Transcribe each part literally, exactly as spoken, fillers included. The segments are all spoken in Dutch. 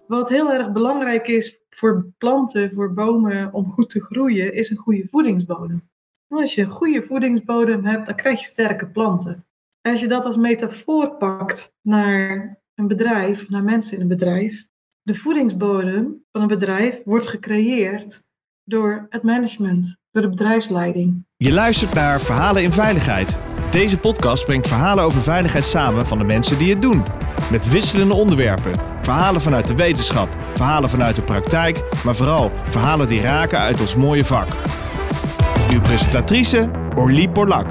Wat heel erg belangrijk is voor planten, voor bomen om goed te groeien, is een goede voedingsbodem. Als je een goede voedingsbodem hebt, dan krijg je sterke planten. En als je dat als metafoor pakt naar een bedrijf, naar mensen in een bedrijf, de voedingsbodem van een bedrijf wordt gecreëerd door het management, door de bedrijfsleiding. Je luistert naar Verhalen in Veiligheid. Deze podcast brengt verhalen over veiligheid samen van de mensen die het doen. Met wisselende onderwerpen. Verhalen vanuit de wetenschap, verhalen vanuit de praktijk, maar vooral verhalen die raken uit ons mooie vak. Uw presentatrice, Orlie Borlak.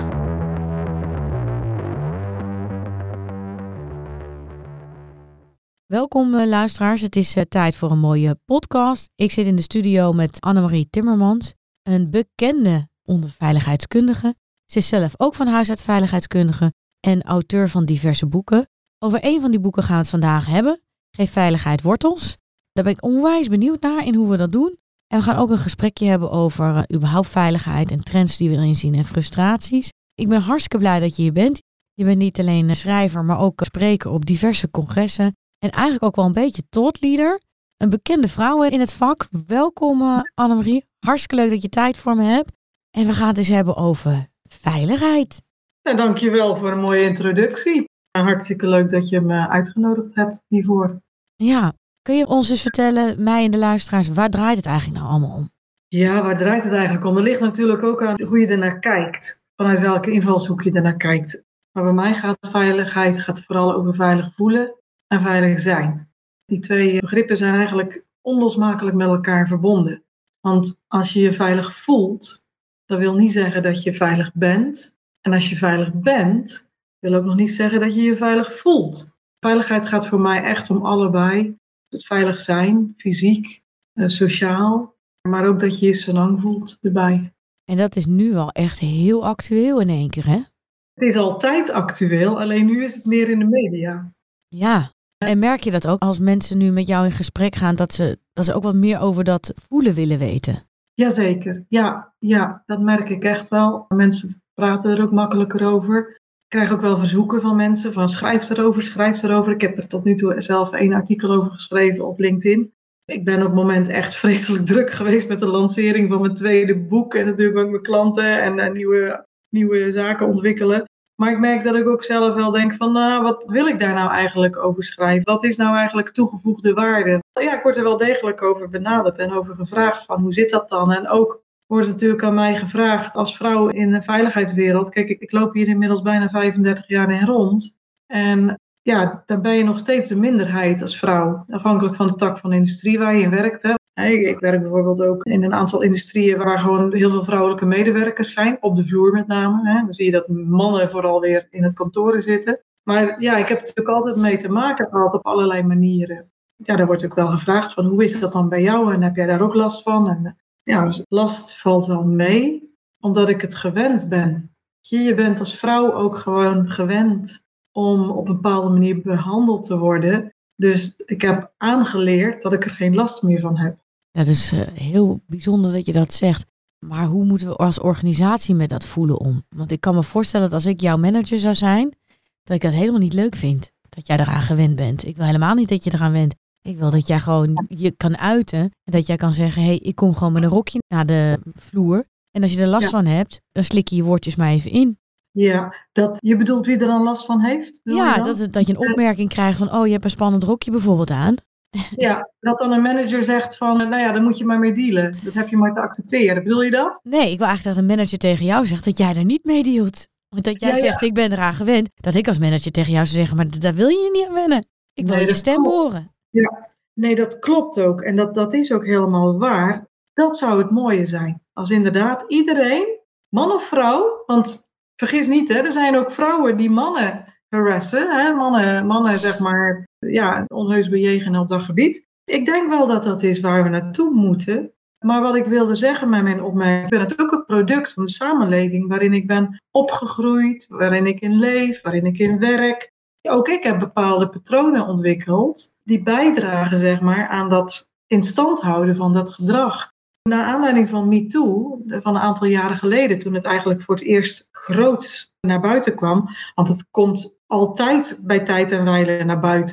Welkom uh, luisteraars, het is uh, tijd voor een mooie podcast. Ik zit in de studio met Annemarie Timmermans, een bekende onderveiligheidskundige. Ze is zelf ook van huis uit veiligheidskundige en auteur van diverse boeken. Over één van die boeken gaan we het vandaag hebben. Geef veiligheid wortels. Daar ben ik onwijs benieuwd naar in hoe we dat doen. En we gaan ook een gesprekje hebben over uh, überhaupt veiligheid en trends die we erin zien en frustraties. Ik ben hartstikke blij dat je hier bent. Je bent niet alleen schrijver, maar ook spreker op diverse congressen. En eigenlijk ook wel een beetje thought leader. Een bekende vrouw in het vak. Welkom uh, Annemarie. Hartstikke leuk dat je tijd voor me hebt. En we gaan het eens hebben over veiligheid. Ja, dankjewel voor een mooie introductie. Hartstikke leuk dat je me uitgenodigd hebt hiervoor. Ja, kun je ons eens vertellen, mij en de luisteraars, waar draait het eigenlijk nou allemaal om? Ja, waar draait het eigenlijk om? Er ligt natuurlijk ook aan hoe je ernaar kijkt. Vanuit welke invalshoek je ernaar kijkt. Maar bij mij gaat veiligheid gaat vooral over veilig voelen en veilig zijn. Die twee begrippen zijn eigenlijk onlosmakelijk met elkaar verbonden. Want als je je veilig voelt, dat wil niet zeggen dat je veilig bent. En als je veilig bent, wil ook nog niet zeggen dat je je veilig voelt. Veiligheid gaat voor mij echt om allebei. Het veilig zijn, fysiek, uh, sociaal, maar ook dat je je senang voelt erbij. En dat is nu wel echt heel actueel in één keer, hè? Het is altijd actueel, alleen nu is het meer in de media. Ja, en merk je dat ook als mensen nu met jou in gesprek gaan, dat ze, dat ze ook wat meer over dat voelen willen weten? Jazeker, ja, ja, dat merk ik echt wel. Mensen praten er ook makkelijker over. Ik krijg ook wel verzoeken van mensen van schrijf erover, schrijf erover. Ik heb er tot nu toe zelf één artikel over geschreven op LinkedIn. Ik ben op het moment echt vreselijk druk geweest met de lancering van mijn tweede boek. En natuurlijk ook mijn klanten en uh, nieuwe, nieuwe zaken ontwikkelen. Maar ik merk dat ik ook zelf wel denk van, nou, wat wil ik daar nou eigenlijk over schrijven? Wat is nou eigenlijk toegevoegde waarde? Ja, ik word er wel degelijk over benaderd en over gevraagd van, hoe zit dat dan? En ook wordt natuurlijk aan mij gevraagd als vrouw in de veiligheidswereld. Kijk, ik, ik loop hier inmiddels bijna vijfendertig jaar in rond. En ja, dan ben je nog steeds de minderheid als vrouw. Afhankelijk van de tak van de industrie waar je in werkt. Hè. Ik, ik werk bijvoorbeeld ook in een aantal industrieën waar gewoon heel veel vrouwelijke medewerkers zijn. Op de vloer met name. Hè. Dan zie je dat mannen vooral weer in het kantoren zitten. Maar ja, ik heb er natuurlijk altijd mee te maken gehad op allerlei manieren. Ja, daar wordt ook wel gevraagd van, hoe is dat dan bij jou? En heb jij daar ook last van? En ja, dus last valt wel mee, omdat ik het gewend ben. Je bent als vrouw ook gewoon gewend om op een bepaalde manier behandeld te worden. Dus ik heb aangeleerd dat ik er geen last meer van heb. Dat is uh, heel bijzonder dat je dat zegt. Maar hoe moeten we als organisatie met dat voelen om? Want ik kan me voorstellen dat als ik jouw manager zou zijn, dat ik dat helemaal niet leuk vind. Dat jij eraan gewend bent. Ik wil helemaal niet dat je eraan went. Ik wil dat jij gewoon je kan uiten. En dat jij kan zeggen, hé, hey, ik kom gewoon met een rokje naar de vloer. En als je er last ja. van hebt, dan slik je je woordjes maar even in. Ja, dat, je bedoelt wie er dan last van heeft? Ja, je dat, dat je een opmerking krijgt van, oh, je hebt een spannend rokje bijvoorbeeld aan. Ja, dat dan een manager zegt van, nou ja, daar moet je maar mee dealen. Dat heb je maar te accepteren. Bedoel je dat? Nee, ik wil eigenlijk dat een manager tegen jou zegt dat jij er niet mee dealt. Want dat jij ja, zegt, ja. ik ben eraan gewend. Dat ik als manager tegen jou zou zeggen, maar daar wil je niet aan wennen. Ik wil nee, je stem klopt. horen. Ja, nee, dat klopt ook. En dat, dat is ook helemaal waar. Dat zou het mooie zijn. Als inderdaad iedereen, man of vrouw, want vergis niet, hè, er zijn ook vrouwen die mannen harassen. Hè, mannen, mannen, zeg maar, ja, onheus bejegenen op dat gebied. Ik denk wel dat dat is waar we naartoe moeten. Maar wat ik wilde zeggen met mijn opmerking, ik ben natuurlijk ook een product van de samenleving waarin ik ben opgegroeid, waarin ik in leef, waarin ik in werk. Ook ik heb bepaalde patronen ontwikkeld die bijdragen, zeg maar, aan dat in stand houden van dat gedrag. Naar aanleiding van MeToo, van een aantal jaren geleden, toen het eigenlijk voor het eerst groots naar buiten kwam, want het komt altijd bij tijd en wijle naar buiten,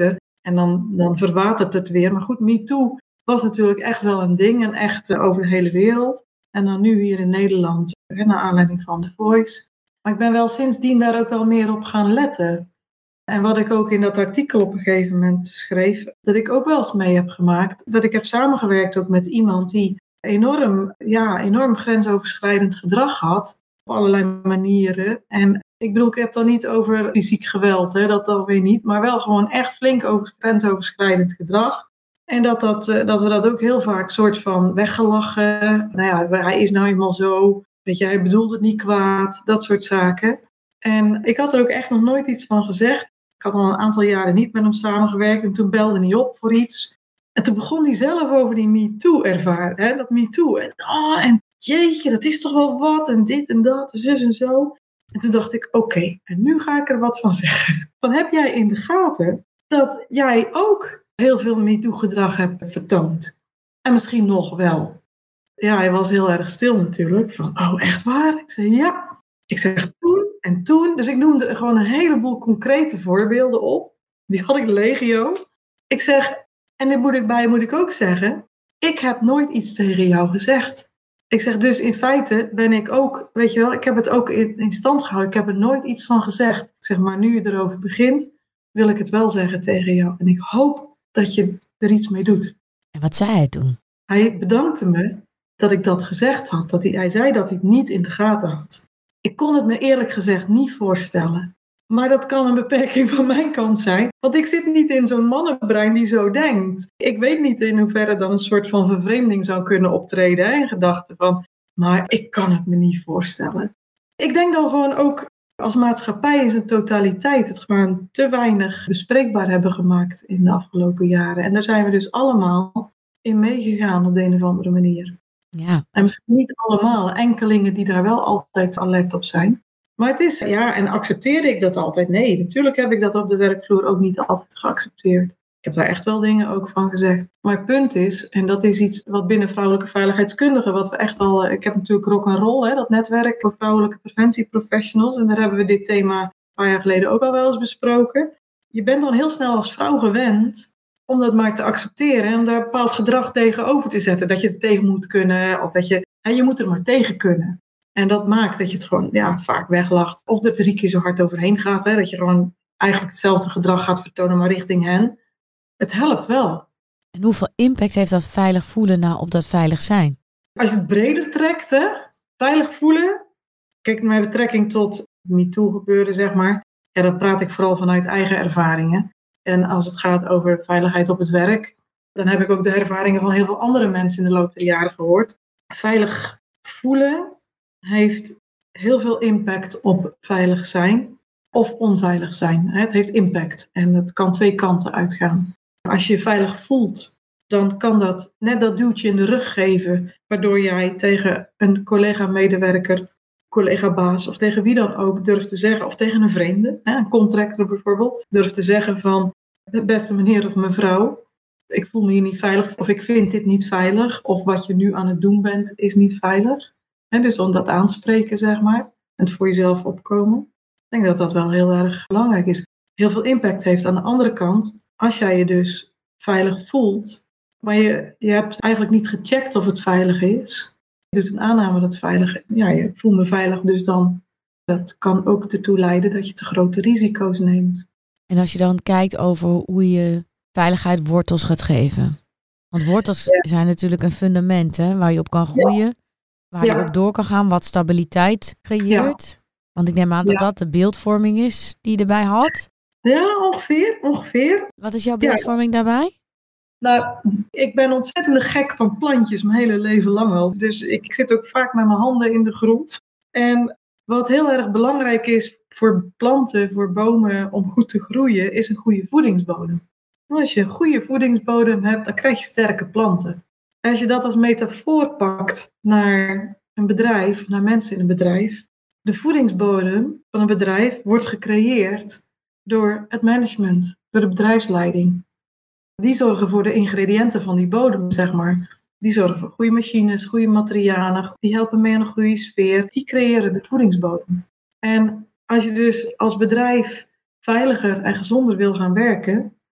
En dan, dan verwatert het weer. Maar goed, MeToo was natuurlijk echt wel een ding. En echt uh, over de hele wereld. En dan nu hier in Nederland, uh, naar aanleiding van The Voice. Maar ik ben wel sindsdien daar ook wel meer op gaan letten. En wat ik ook in dat artikel op een gegeven moment schreef, dat ik ook wel eens mee heb gemaakt, dat ik heb samengewerkt ook met iemand die enorm, ja, enorm grensoverschrijdend gedrag had, op allerlei manieren. En ik bedoel, ik heb het dan niet over fysiek geweld, hè, dat dan weer niet, maar wel gewoon echt flink over, grensoverschrijdend gedrag. En dat, dat, dat we dat ook heel vaak soort van weggelachen. Nou ja, hij is nou eenmaal zo, weet je, hij bedoelt het niet kwaad, dat soort zaken. En ik had er ook echt nog nooit iets van gezegd. Ik had al een aantal jaren niet met hem samengewerkt en toen belde hij op voor iets. En toen begon hij zelf over die MeToo ervaren, hè, dat MeToo. En, oh, en jeetje, dat is toch wel wat en dit en dat, zus en zo. En toen dacht ik, oké, okay, en nu ga ik er wat van zeggen. Van, heb jij in de gaten dat jij ook heel veel MeToo-gedrag hebt vertoond? En misschien nog wel. Ja, hij was heel erg stil natuurlijk. Van, oh, echt waar? Ik zei, ja. Ik zeg, toen en toen. Dus ik noemde gewoon een heleboel concrete voorbeelden op. Die had ik legio. Ik zeg, en dit moet ik bij moet ik ook zeggen, ik heb nooit iets tegen jou gezegd. Ik zeg, dus in feite ben ik ook, weet je wel, ik heb het ook in, in stand gehouden. Ik heb er nooit iets van gezegd. Ik zeg, maar nu je erover begint, wil ik het wel zeggen tegen jou. En ik hoop dat je er iets mee doet. En wat zei hij toen? Hij bedankte me dat ik dat gezegd had. Dat hij, hij zei dat hij het niet in de gaten had. Ik kon het me eerlijk gezegd niet voorstellen. Maar dat kan een beperking van mijn kant zijn. Want ik zit niet in zo'n mannenbrein die zo denkt. Ik weet niet in hoeverre dan een soort van vervreemding zou kunnen optreden. Hè, in gedachten van, maar ik kan het me niet voorstellen. Ik denk dan gewoon ook als maatschappij in zijn totaliteit het gewoon te weinig bespreekbaar hebben gemaakt in de afgelopen jaren. En daar zijn we dus allemaal in meegegaan op de een of andere manier. Ja. En misschien niet allemaal, enkelingen die daar wel altijd alert op zijn. Maar het is, ja, en accepteerde ik dat altijd? Nee, natuurlijk heb ik dat op de werkvloer ook niet altijd geaccepteerd. Ik heb daar echt wel dingen ook van gezegd. Maar het punt is, en dat is iets wat binnen vrouwelijke veiligheidskundigen, wat we echt al, ik heb natuurlijk rock'n'roll, dat netwerk voor vrouwelijke preventieprofessionals. En daar hebben we dit thema een paar jaar geleden ook al wel eens besproken. Je bent dan heel snel als vrouw gewend om dat maar te accepteren en om daar bepaald gedrag tegenover te zetten. Dat je er tegen moet kunnen, of dat je, ja, je moet er maar tegen kunnen. En dat maakt dat je het gewoon ja, vaak weglacht. Of dat er drie keer zo hard overheen gaat. Hè, dat je gewoon eigenlijk hetzelfde gedrag gaat vertonen, maar richting hen. Het helpt wel. En hoeveel impact heeft dat veilig voelen nou op dat veilig zijn? Als je het breder trekt, hè, veilig voelen. Kijk, met betrekking tot MeToo gebeuren, zeg maar. Ja, dan praat ik vooral vanuit eigen ervaringen. En als het gaat over veiligheid op het werk, dan heb ik ook de ervaringen van heel veel andere mensen in de loop der jaren gehoord. Veilig voelen heeft heel veel impact op veilig zijn of onveilig zijn. Het heeft impact en het kan twee kanten uitgaan. Als je je veilig voelt, dan kan dat net dat duwtje in de rug geven, waardoor jij tegen een collega-medewerker, collega-baas of tegen wie dan ook durft te zeggen, of tegen een vreemde, een contractor bijvoorbeeld, durft te zeggen van, beste meneer of mevrouw, ik voel me hier niet veilig of ik vind dit niet veilig of wat je nu aan het doen bent is niet veilig. En dus om dat aanspreken, zeg maar, en het voor jezelf opkomen. Ik denk dat dat wel heel erg belangrijk is. Heel veel impact heeft aan de andere kant, als jij je dus veilig voelt, maar je, je hebt eigenlijk niet gecheckt of het veilig is. Je doet een aanname dat het veilig is. Ja, je voelt me veilig, dus dan, dat kan ook ertoe leiden dat je te grote risico's neemt. En als je dan kijkt over hoe je veiligheid wortels gaat geven. Want wortels ja. zijn natuurlijk een fundament, hè, waar je op kan groeien. Ja. Waar ja. je op door kan gaan, wat stabiliteit creëert. Ja. Want ik neem aan dat ja. dat de beeldvorming is die je erbij had. Ja, ongeveer, ongeveer. Wat is jouw beeldvorming ja. daarbij? Nou, ik ben ontzettend gek van plantjes, mijn hele leven lang al. Dus ik, ik zit ook vaak met mijn handen in de grond. En wat heel erg belangrijk is voor planten, voor bomen, om goed te groeien, is een goede voedingsbodem. Als je een goede voedingsbodem hebt, dan krijg je sterke planten. Als je dat als metafoor pakt naar een bedrijf, naar mensen in een bedrijf. De voedingsbodem van een bedrijf wordt gecreëerd door het management, door de bedrijfsleiding. Die zorgen voor de ingrediënten van die bodem, zeg maar. Die zorgen voor goede machines, goede materialen. Die helpen mee aan een goede sfeer. Die creëren de voedingsbodem. En als je dus als bedrijf veiliger en gezonder wil gaan werken,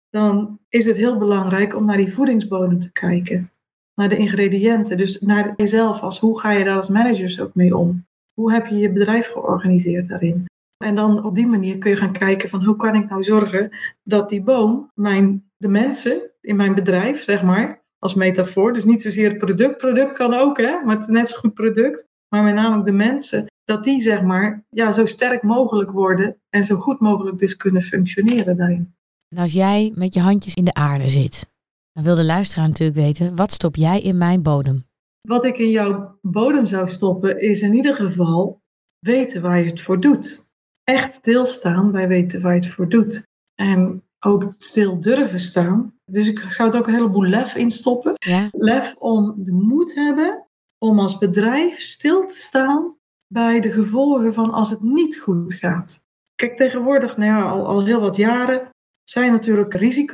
dan is het heel belangrijk om naar die voedingsbodem te kijken. Naar de ingrediënten, dus naar jezelf. Als, hoe ga je daar als managers ook mee om? Hoe heb je je bedrijf georganiseerd daarin? En dan op die manier kun je gaan kijken van hoe kan ik nou zorgen dat die boom, mijn, de mensen in mijn bedrijf, zeg maar, als metafoor, dus niet zozeer het product, product kan ook, hè, maar het net zo goed product, maar met name de mensen, dat die zeg maar ja, zo sterk mogelijk worden en zo goed mogelijk dus kunnen functioneren daarin. En als jij met je handjes in de aarde zit, dan wil de luisteraar natuurlijk weten, wat stop jij in mijn bodem? Wat ik in jouw bodem zou stoppen is in ieder geval weten waar je het voor doet. Echt stilstaan bij weten waar je het voor doet. En ook stil durven staan. Dus ik zou er ook een heleboel lef in stoppen. Ja. Lef om de moed hebben om als bedrijf stil te staan bij de gevolgen van als het niet goed gaat. Kijk, tegenwoordig, nou ja, al, al heel wat jaren, zijn natuurlijk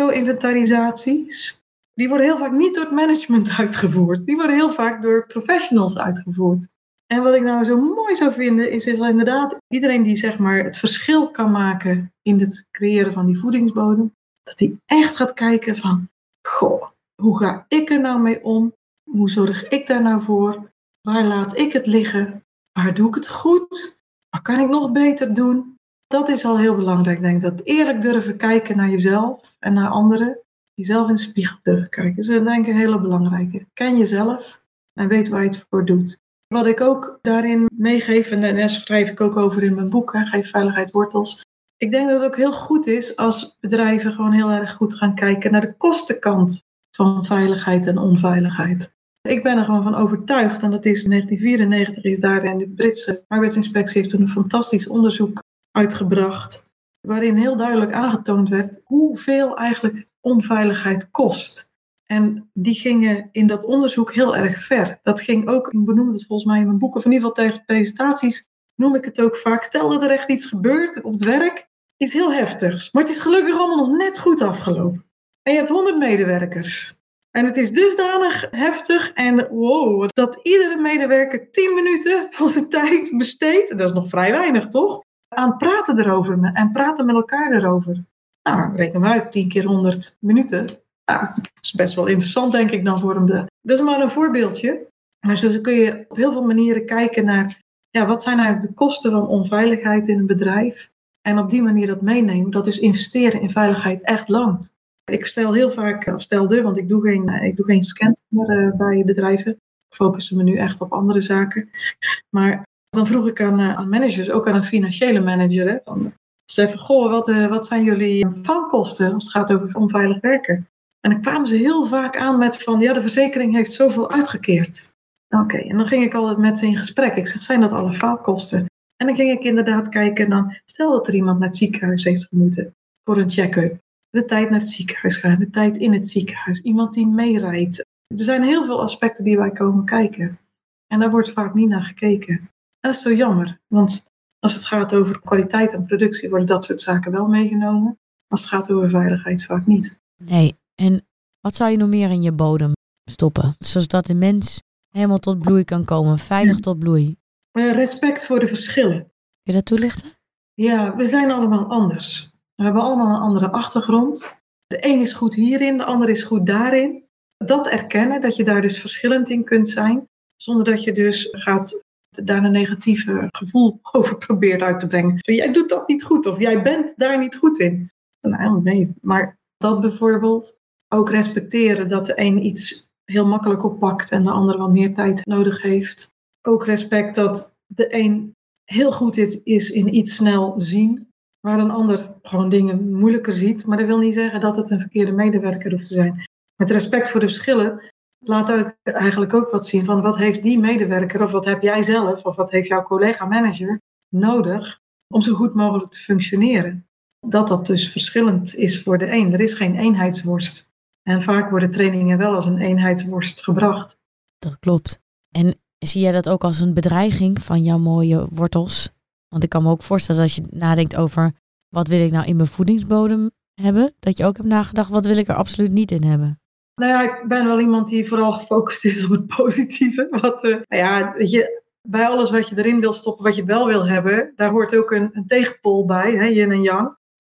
risico-inventarisaties. Die worden heel vaak niet door het management uitgevoerd. Die worden heel vaak door professionals uitgevoerd. En wat ik nou zo mooi zou vinden, is, is inderdaad iedereen die zeg maar het verschil kan maken in het creëren van die voedingsbodem, dat die echt gaat kijken van, goh, hoe ga ik er nou mee om? Hoe zorg ik daar nou voor? Waar laat ik het liggen? Waar doe ik het goed? Wat kan ik nog beter doen? Dat is al heel belangrijk, denk ik. Dat eerlijk durven kijken naar jezelf en naar anderen. Jezelf in de spiegel durven kijken. Dat is denk ik een hele belangrijke. Ken jezelf en weet waar je het voor doet. Wat ik ook daarin meegeef, en daar schrijf ik ook over in mijn boek, hè, Geef Veiligheid Wortels. Ik denk dat het ook heel goed is als bedrijven gewoon heel erg goed gaan kijken naar de kostenkant van veiligheid en onveiligheid. Ik ben er gewoon van overtuigd, en dat is in negentien vierennegentig is daar en de Britse arbeidsinspectie heeft toen een fantastisch onderzoek uitgebracht, waarin heel duidelijk aangetoond werd hoeveel eigenlijk onveiligheid kost. En die gingen in dat onderzoek heel erg ver. Dat ging ook, ik benoem het volgens mij in mijn boek, of in ieder geval tegen presentaties, noem ik het ook vaak. Stel dat er echt iets gebeurt op het werk, iets heel heftigs. Maar het is gelukkig allemaal nog net goed afgelopen. En je hebt honderd medewerkers. En het is dusdanig heftig en wow, dat iedere medewerker tien minuten van zijn tijd besteedt, dat is nog vrij weinig toch, aan praten erover en praten met elkaar erover. Nou, reken maar uit, tien keer honderd minuten. Nou, dat is best wel interessant, denk ik, dan voor hem. De... Dat is maar een voorbeeldje. Maar zo kun je op heel veel manieren kijken naar, ja, wat zijn eigenlijk de kosten van onveiligheid in een bedrijf? En op die manier dat meenemen, dat is investeren in veiligheid echt loont. Ik stel heel vaak, of stelde, want ik doe geen, ik doe geen scans meer uh, bij bedrijven. Ik focussen me nu echt op andere zaken. Maar dan vroeg ik aan, uh, aan managers, ook aan een financiële manager, hè, van, ze even, goh, wat, uh, wat zijn jullie faalkosten als het gaat over onveilig werken? En dan kwamen ze heel vaak aan met van, ja, de verzekering heeft zoveel uitgekeerd. Oké, okay, en dan ging ik altijd met ze in gesprek. Ik zeg, zijn dat alle faalkosten? En dan ging ik inderdaad kijken, dan, stel dat er iemand naar het ziekenhuis heeft gemoeten voor een check-up. De tijd naar het ziekenhuis gaan, de tijd in het ziekenhuis, iemand die meerijdt. Er zijn heel veel aspecten die wij komen kijken. En daar wordt vaak niet naar gekeken. En dat is zo jammer, want als het gaat over kwaliteit en productie worden dat soort zaken wel meegenomen. Als het gaat over veiligheid vaak niet. Nee, en wat zou je nog meer in je bodem stoppen? Zodat de mens helemaal tot bloei kan komen, veilig tot bloei. Respect voor de verschillen. Kun je dat toelichten? Ja, we zijn allemaal anders. We hebben allemaal een andere achtergrond. De een is goed hierin, de ander is goed daarin. Dat erkennen, dat je daar dus verschillend in kunt zijn. Zonder dat je dus gaat daar een negatieve gevoel over probeert uit te brengen. Zo, jij doet dat niet goed of jij bent daar niet goed in. Nou, nee, maar dat bijvoorbeeld. Ook respecteren dat de een iets heel makkelijk oppakt en de ander wat meer tijd nodig heeft. Ook respect dat de een heel goed is, is in iets snel zien, waar een ander gewoon dingen moeilijker ziet. Maar dat wil niet zeggen dat het een verkeerde medewerker hoeft te zijn. Met respect voor de verschillen laat ook eigenlijk ook wat zien van wat heeft die medewerker of wat heb jij zelf of wat heeft jouw collega-manager nodig om zo goed mogelijk te functioneren. Dat dat dus verschillend is voor de een. Er is geen eenheidsworst. En vaak worden trainingen wel als een eenheidsworst gebracht. Dat klopt. En zie jij dat ook als een bedreiging van jouw mooie wortels? Want ik kan me ook voorstellen dat als je nadenkt over wat wil ik nou in mijn voedingsbodem hebben, dat je ook hebt nagedacht wat wil ik er absoluut niet in hebben. Nou ja, ik ben wel iemand die vooral gefocust is op het positieve. Wat, uh, nou ja, weet je, bij alles wat je erin wil stoppen, wat je wel wil hebben, daar hoort ook een, een tegenpool bij, hè, yin en yang.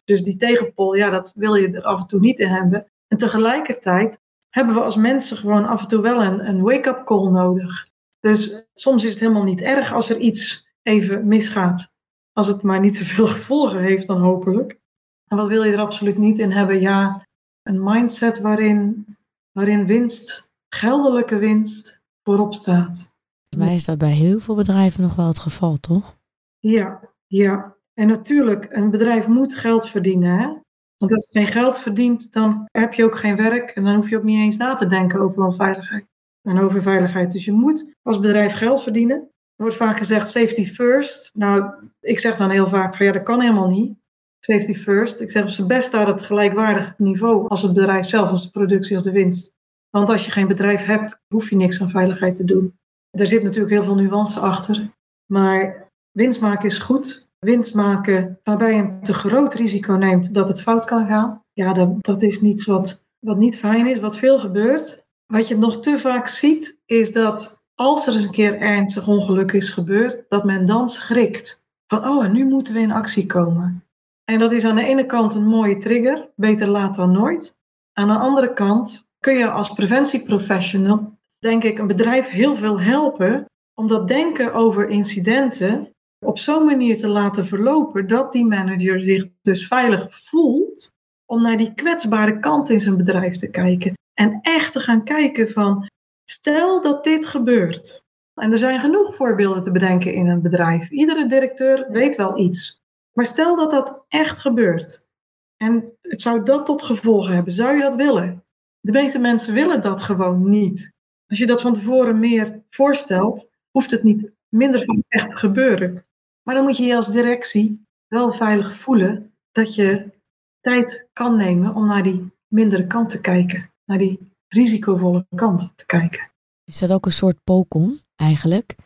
Dus die tegenpol, ja, dat wil je er af en toe niet in hebben. En tegelijkertijd hebben we als mensen gewoon af en toe wel een, een wake-up call nodig. Dus soms is het helemaal niet erg als er iets even misgaat. Als het maar niet te veel gevolgen heeft dan hopelijk. En wat wil je er absoluut niet in hebben? Ja, een mindset waarin, waarin winst, geldelijke winst, voorop staat. Volgens mij is dat bij heel veel bedrijven nog wel het geval, toch? Ja, ja. En natuurlijk, een bedrijf moet geld verdienen. Hè? Want als het geen geld verdient, dan heb je ook geen werk. En dan hoef je ook niet eens na te denken over veiligheid. En over veiligheid. Dus je moet als bedrijf geld verdienen. Er wordt vaak gezegd safety first. Nou, ik zeg dan heel vaak van ja, dat kan helemaal niet. Safety first. Ik zeg op zijn best staat het gelijkwaardig niveau als het bedrijf zelf, als de productie, als de winst. Want als je geen bedrijf hebt, hoef je niks aan veiligheid te doen. Er zit natuurlijk heel veel nuance achter. Maar winst maken is goed. Winst maken waarbij je een te groot risico neemt dat het fout kan gaan. Ja, dat, dat is niets wat, wat niet fijn is, wat veel gebeurt. Wat je nog te vaak ziet, is dat als er eens een keer ernstig ongeluk is gebeurd, dat men dan schrikt. Van, oh, en nu moeten we in actie komen. En dat is aan de ene kant een mooie trigger, beter laat dan nooit. Aan de andere kant kun je als preventieprofessional, denk ik, een bedrijf heel veel helpen om dat denken over incidenten op zo'n manier te laten verlopen dat die manager zich dus veilig voelt om naar die kwetsbare kant in zijn bedrijf te kijken. En echt te gaan kijken van, stel dat dit gebeurt. En er zijn genoeg voorbeelden te bedenken in een bedrijf. Iedere directeur weet wel iets. Maar stel dat dat echt gebeurt. En het zou dat tot gevolg hebben. Zou je dat willen? De meeste mensen willen dat gewoon niet. Als je dat van tevoren meer voorstelt, hoeft het niet minder van echt te gebeuren. Maar dan moet je je als directie wel veilig voelen dat je tijd kan nemen om naar die mindere kant te kijken. Naar die risicovolle kant te kijken. Is dat ook een soort pokon eigenlijk?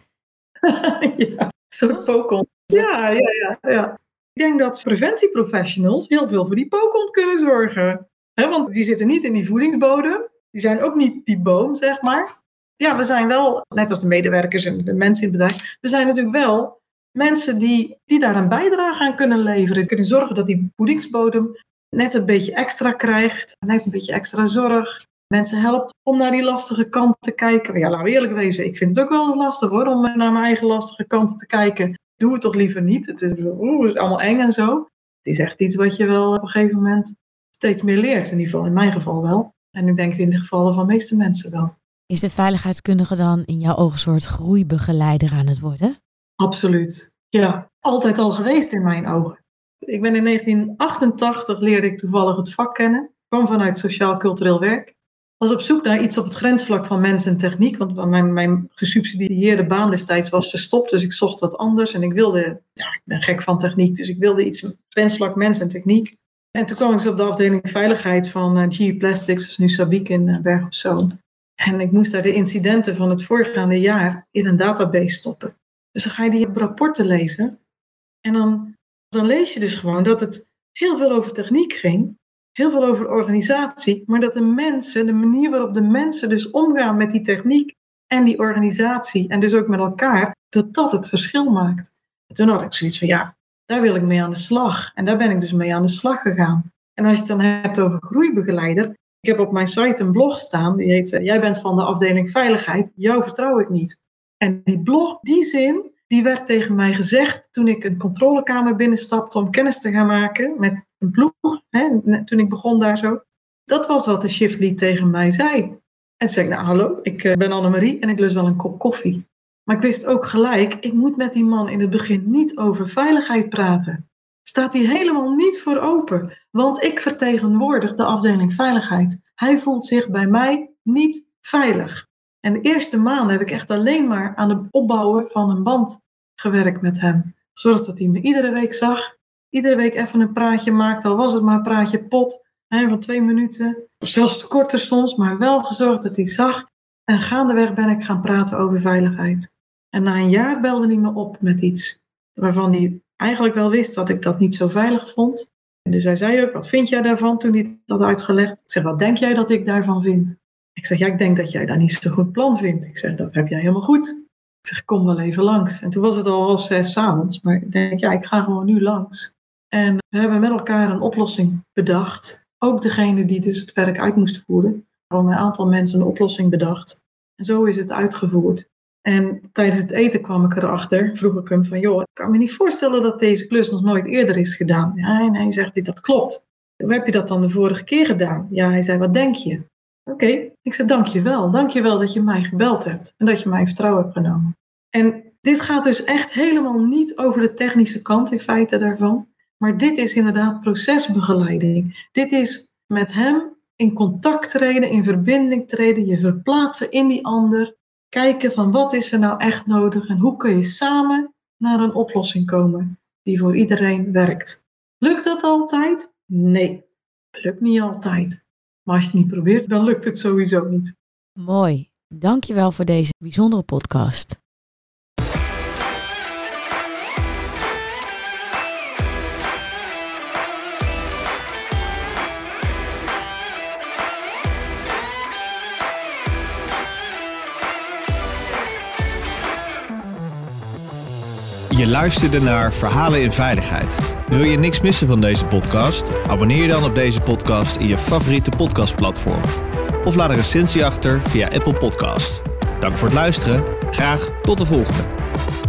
Ja, een soort pokon. Ja, ja, ja, ja. Ik denk dat preventieprofessionals heel veel voor die pokon kunnen zorgen. He, want die zitten niet in die voedingsbodem. Die zijn ook niet die boom, zeg maar. Ja, we zijn wel, net als de medewerkers en de mensen in het bedrijf, we zijn natuurlijk wel mensen die, die daar een bijdrage aan kunnen leveren. Kunnen zorgen dat die voedingsbodem net een beetje extra krijgt. Net een beetje extra zorg. Mensen helpt om naar die lastige kant te kijken. Ja, laten we eerlijk wezen. Ik vind het ook wel eens lastig hoor, om naar mijn eigen lastige kanten te kijken. Doe het toch liever niet. Het is, oeh, het is allemaal eng en zo. Het is echt iets wat je wel op een gegeven moment steeds meer leert. In ieder geval, in mijn geval wel. En ik denk in de gevallen van de meeste mensen wel. Is de veiligheidskundige dan in jouw ogen een soort groeibegeleider aan het worden? Absoluut. Ja, altijd al geweest in mijn ogen. Ik ben in negentien achtentachtig leerde ik toevallig het vak kennen. Ik kwam vanuit sociaal-cultureel werk. Was op zoek naar iets op het grensvlak van mens en techniek. Want mijn, mijn gesubsidieerde baan destijds was gestopt. Dus ik zocht wat anders. En ik wilde, ja, ik ben gek van techniek. Dus ik wilde iets op grensvlak mens en techniek. En toen kwam ik op de afdeling veiligheid van uh, G E Plastics. Dus nu Sabiek in uh, Berg op Zoom. En ik moest daar de incidenten van het voorgaande jaar in een database stoppen. Dus dan ga je die rapporten lezen. En dan, dan lees je dus gewoon dat het heel veel over techniek ging. Heel veel over organisatie. Maar dat de mensen, de manier waarop de mensen dus omgaan met die techniek en die organisatie. En dus ook met elkaar. Dat dat het verschil maakt. En toen had ik zoiets van ja, daar wil ik mee aan de slag. En daar ben ik dus mee aan de slag gegaan. En als je het dan hebt over groeibegeleider. Ik heb op mijn site een blog staan. Die heet uh, Jij bent van de afdeling veiligheid. Jou vertrouw ik niet. En die blog, die zin, die werd tegen mij gezegd toen ik een controlekamer binnenstapte om kennis te gaan maken met een ploeg. Hè, toen ik begon daar zo. Dat was wat de shift lead tegen mij zei. En toen zei ik, nou hallo, ik uh, ben Annemarie en ik lust wel een kop koffie. Maar ik wist ook gelijk, ik moet met die man in het begin niet over veiligheid praten. Staat hij helemaal niet voor open. Want ik vertegenwoordig de afdeling veiligheid. Hij voelt zich bij mij niet veilig. En de eerste maanden heb ik echt alleen maar aan het opbouwen van een band gewerkt met hem. Zorg dat hij me iedere week zag. Iedere week even een praatje maakte. Al was het maar een praatje pot. Hè, van twee minuten. Of zelfs korter soms. Maar wel gezorgd dat hij zag. En gaandeweg ben ik gaan praten over veiligheid. En na een jaar belde hij me op met iets. Waarvan hij eigenlijk wel wist dat ik dat niet zo veilig vond. En dus hij zei ook, wat vind jij daarvan toen hij dat had uitgelegd? Ik zeg, wat denk jij dat ik daarvan vind? Ik zeg, ja, ik denk dat jij daar niet zo'n goed plan vindt. Ik zeg, dat heb jij helemaal goed. Ik zeg, kom wel even langs. En toen was het al half zes 's avonds. Maar ik denk, ja, ik ga gewoon nu langs. En we hebben met elkaar een oplossing bedacht. Ook degene die dus het werk uit moest voeren. Gewoon een aantal mensen een oplossing bedacht. En zo is het uitgevoerd. En tijdens het eten kwam ik erachter, vroeg ik hem van, joh, ik kan me niet voorstellen dat deze klus nog nooit eerder is gedaan. Ja, en hij zegt, dat klopt. Hoe heb je dat dan de vorige keer gedaan? Ja, hij zei, wat denk je? Oké, okay. Ik zei, dank je wel. Dank je wel dat je mij gebeld hebt en dat je mij in vertrouwen hebt genomen. En dit gaat dus echt helemaal niet over de technische kant in feite daarvan. Maar dit is inderdaad procesbegeleiding. Dit is met hem in contact treden, in verbinding treden, je verplaatsen in die ander. Kijken van wat is er nou echt nodig en hoe kun je samen naar een oplossing komen die voor iedereen werkt. Lukt dat altijd? Nee, lukt niet altijd. Maar als je het niet probeert, dan lukt het sowieso niet. Mooi. Dankjewel voor deze bijzondere podcast. Je luisterde naar Verhalen in Veiligheid. Wil je niks missen van deze podcast? Abonneer je dan op deze podcast in je favoriete podcastplatform. Of laat een recensie achter via Apple Podcasts. Dank voor het luisteren. Graag tot de volgende.